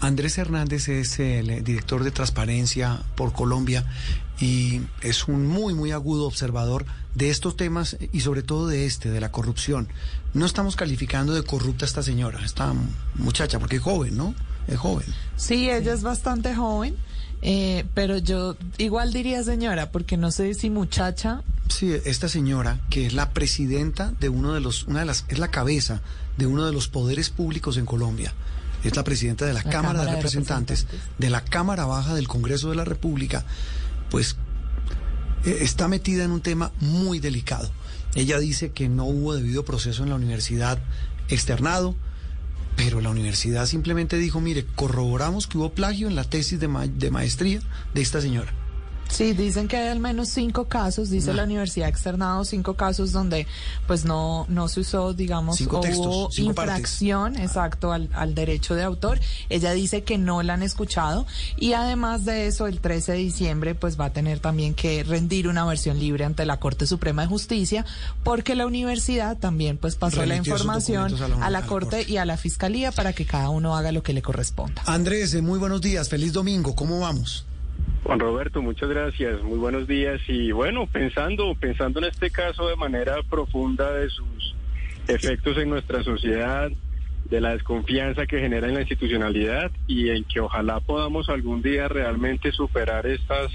Andrés Hernández es el director de Transparencia por Colombia y es un muy agudo observador de estos temas y sobre todo de la corrupción. No estamos calificando de corrupta a esta señora, esta muchacha, porque es joven, ¿no? Es joven. Sí, ella es bastante joven, pero yo igual diría señora, porque no sé si muchacha. Sí, esta señora, que es la presidenta de es la cabeza de uno de los poderes públicos en Colombia. Es la presidenta de la Cámara de Representantes, de la Cámara Baja del Congreso de la República, pues está metida en un tema muy delicado. Ella dice que no hubo debido proceso en la universidad externado, pero la universidad simplemente dijo, mire, corroboramos que hubo plagio en la tesis de maestría de esta señora. Sí, dicen que hay al menos 5 casos, dice la universidad externado, 5 casos donde pues no se usó, digamos, 5 textos, hubo 5 infracción, partes. Exacto, al derecho de autor. Ella dice que no la han escuchado y además de eso, el 13 de diciembre pues va a tener también que rendir una versión libre ante la Corte Suprema de Justicia porque la universidad también pues pasó la información a la Corte y a la Fiscalía para que cada uno haga lo que le corresponda. Andrés, muy buenos días, feliz domingo, ¿cómo vamos? Juan Roberto, muchas gracias, muy buenos días y bueno, pensando en este caso de manera profunda de sus efectos en nuestra sociedad, de la desconfianza que genera en la institucionalidad y en que ojalá podamos algún día realmente superar estas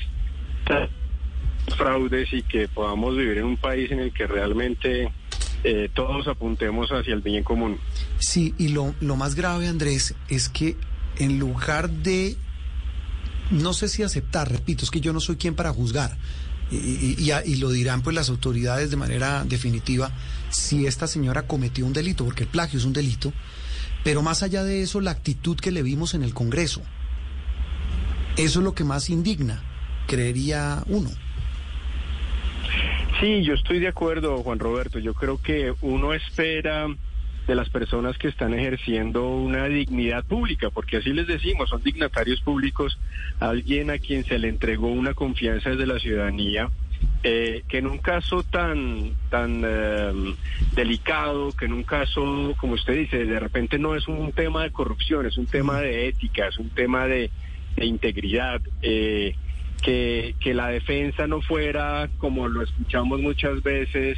fraudes y que podamos vivir en un país en el que realmente todos apuntemos hacia el bien común. Sí, y lo más grave, Andrés, es que en lugar de, no sé si aceptar, repito, es que yo no soy quien para juzgar, y lo dirán pues las autoridades de manera definitiva, si esta señora cometió un delito, porque el plagio es un delito, pero más allá de eso, la actitud que le vimos en el Congreso, eso es lo que más indigna, creería uno. Sí, yo estoy de acuerdo, Juan Roberto, yo creo que uno espera de las personas que están ejerciendo una dignidad pública, porque así les decimos, son dignatarios públicos, alguien a quien se le entregó una confianza desde la ciudadanía, que en un caso tan delicado, que en un caso, como usted dice, de repente no es un tema de corrupción, es un tema de ética, es un tema de integridad, que la defensa no fuera, como lo escuchamos muchas veces,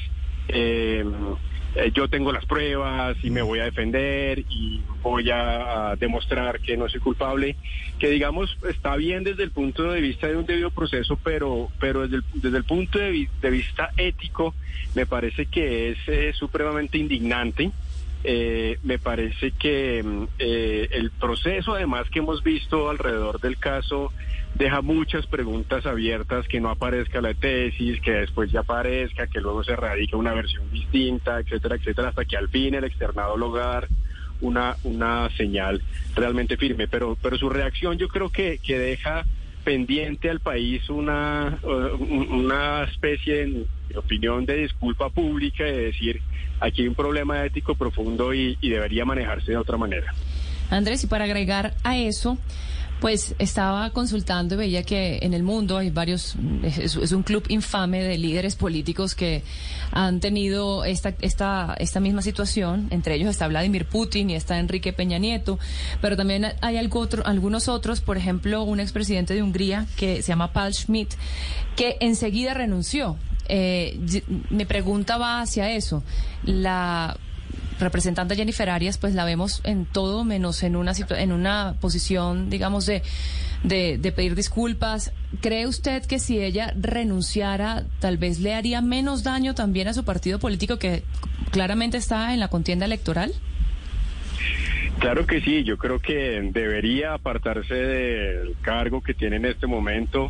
yo tengo las pruebas y me voy a defender y voy a demostrar que no soy culpable, que digamos está bien desde el punto de vista de un debido proceso, pero desde el punto de vista ético me parece que es supremamente indignante. Me parece que el proceso además que hemos visto alrededor del caso deja muchas preguntas abiertas, que no aparezca la tesis, que después ya aparezca, que luego se radica una versión distinta, etcétera, hasta que al fin el externado logra una señal realmente firme. Pero su reacción yo creo que deja pendiente al país una especie, en mi opinión, de disculpa pública, de decir, aquí hay un problema ético profundo y debería manejarse de otra manera. Andrés, y para agregar a eso, pues estaba consultando y veía que en el mundo hay varios, es un club infame de líderes políticos que han tenido esta misma situación. Entre ellos está Vladimir Putin y está Enrique Peña Nieto, pero también hay algunos otros, por ejemplo, un expresidente de Hungría que se llama Paul Schmidt, que enseguida renunció. Mi pregunta va hacia eso. La representante Jennifer Arias, pues la vemos en todo menos en una posición, digamos, de pedir disculpas. ¿Cree usted que si ella renunciara, tal vez le haría menos daño también a su partido político, que claramente está en la contienda electoral? Claro que sí, yo creo que debería apartarse del cargo que tiene en este momento.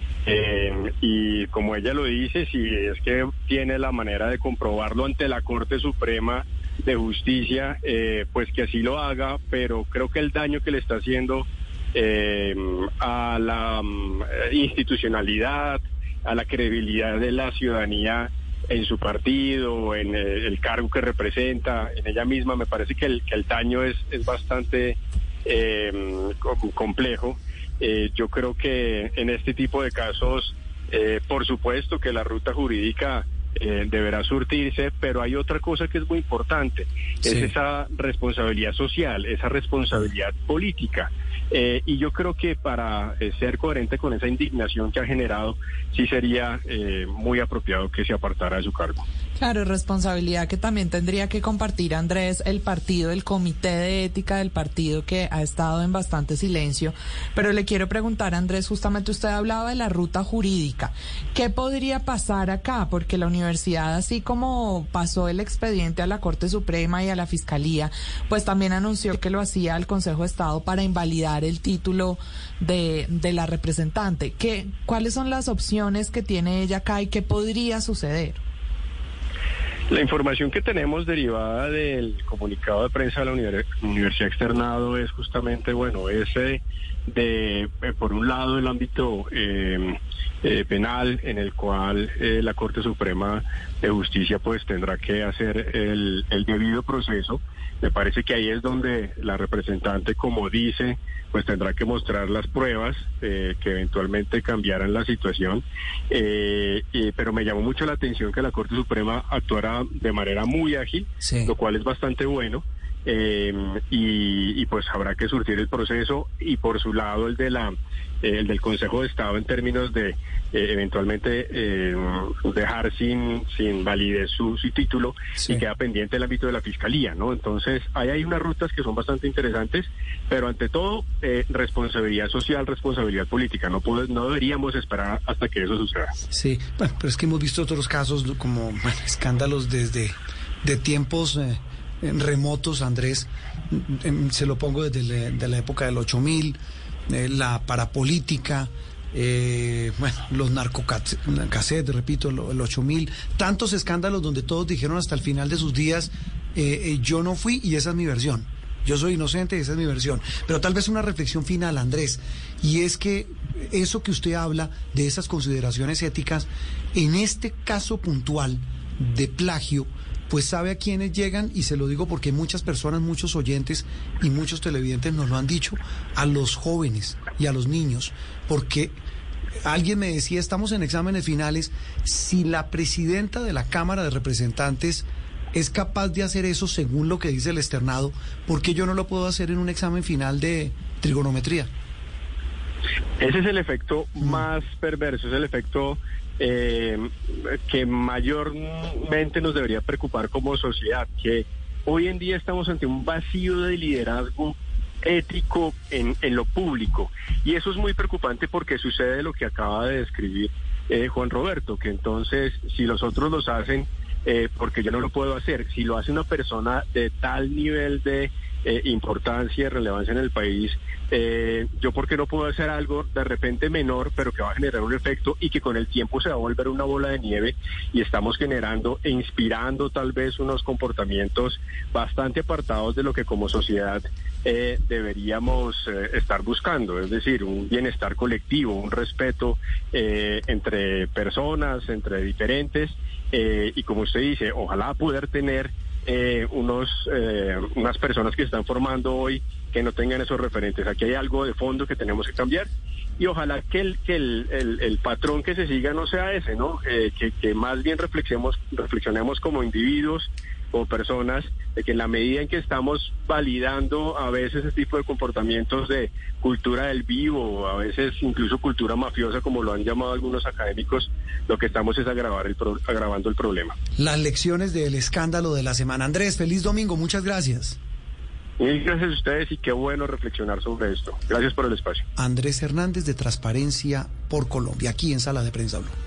Y como ella lo dice, si es que tiene la manera de comprobarlo ante la Corte Suprema de Justicia, pues que así lo haga, pero creo que el daño que le está haciendo a la institucionalidad, a la credibilidad de la ciudadanía en su partido, en el cargo que representa, en ella misma, me parece que el daño es bastante complejo. Yo creo que en este tipo de casos, por supuesto que la ruta jurídica deberá surtirse, pero hay otra cosa que es muy importante, sí. Es esa responsabilidad social, esa responsabilidad política. Y yo creo que para ser coherente con esa indignación que ha generado, sí sería muy apropiado que se apartara de su cargo. Claro, responsabilidad que también tendría que compartir, Andrés, el partido, el comité de ética del partido, que ha estado en bastante silencio. Pero le quiero preguntar, Andrés, justamente usted hablaba de la ruta jurídica. ¿Qué podría pasar acá? Porque la universidad, así como pasó el expediente a la Corte Suprema y a la Fiscalía, pues también anunció que lo hacía al Consejo de Estado para invalidar el título de la representante. ¿Cuáles son las opciones que tiene ella acá y qué podría suceder? La información que tenemos derivada del comunicado de prensa de la Universidad Externado es justamente, ese de, por un lado, el ámbito penal, en el cual la Corte Suprema de Justicia pues tendrá que hacer el debido proceso. Me parece que ahí es donde la representante, como dice, pues tendrá que mostrar las pruebas que eventualmente cambiaran la situación. Pero me llamó mucho la atención que la Corte Suprema actuara de manera muy ágil, sí, lo cual es bastante bueno. Y pues habrá que surtir el proceso, y por su lado el del Consejo de Estado en términos de eventualmente dejar sin validez su título, sí, y queda pendiente el ámbito de la Fiscalía, ¿no? Entonces hay unas rutas que son bastante interesantes, pero ante todo responsabilidad social, responsabilidad política. No deberíamos esperar hasta que eso suceda. Sí, bueno, pero es que hemos visto otros casos como escándalos desde de tiempos remotos, Andrés. Se lo pongo desde la época del 8000, la parapolítica, los narcocassettes, repito, el 8000, tantos escándalos donde todos dijeron hasta el final de sus días, yo no fui y esa es mi versión, yo soy inocente y esa es mi versión. Pero tal vez una reflexión final, Andrés, y es que eso que usted habla de esas consideraciones éticas, en este caso puntual de plagio, pues sabe a quiénes llegan, y se lo digo porque muchas personas, muchos oyentes y muchos televidentes nos lo han dicho, a los jóvenes y a los niños, porque alguien me decía, estamos en exámenes finales, si la presidenta de la Cámara de Representantes es capaz de hacer eso según lo que dice el externado, ¿por qué yo no lo puedo hacer en un examen final de trigonometría? Ese es el efecto más perverso, es el efecto que mayormente nos debería preocupar como sociedad, que hoy en día estamos ante un vacío de liderazgo ético en lo público, y eso es muy preocupante porque sucede lo que acaba de describir Juan Roberto, que entonces si los otros los hacen, porque yo no lo puedo hacer, si lo hace una persona de tal nivel de importancia y relevancia en el país, yo por qué no puedo hacer algo de repente menor, pero que va a generar un efecto y que con el tiempo se va a volver una bola de nieve, y estamos generando e inspirando tal vez unos comportamientos bastante apartados de lo que como sociedad deberíamos estar buscando, es decir, un bienestar colectivo, un respeto entre personas, entre diferentes, y como usted dice, ojalá poder tener unas personas que se están formando hoy que no tengan esos referentes. Aquí hay algo de fondo que tenemos que cambiar, y ojalá que el patrón que se siga no sea ese, ¿no? Que más bien reflexionemos como individuos o personas, de que en la medida en que estamos validando a veces ese tipo de comportamientos de cultura del vivo, a veces incluso cultura mafiosa, como lo han llamado algunos académicos, lo que estamos es agravando el problema. Las lecciones del escándalo de la semana. Andrés, feliz domingo, muchas gracias. Mil gracias a ustedes, y qué bueno reflexionar sobre esto. Gracias por el espacio. Andrés Hernández, de Transparencia por Colombia, aquí en Sala de Prensa Blue.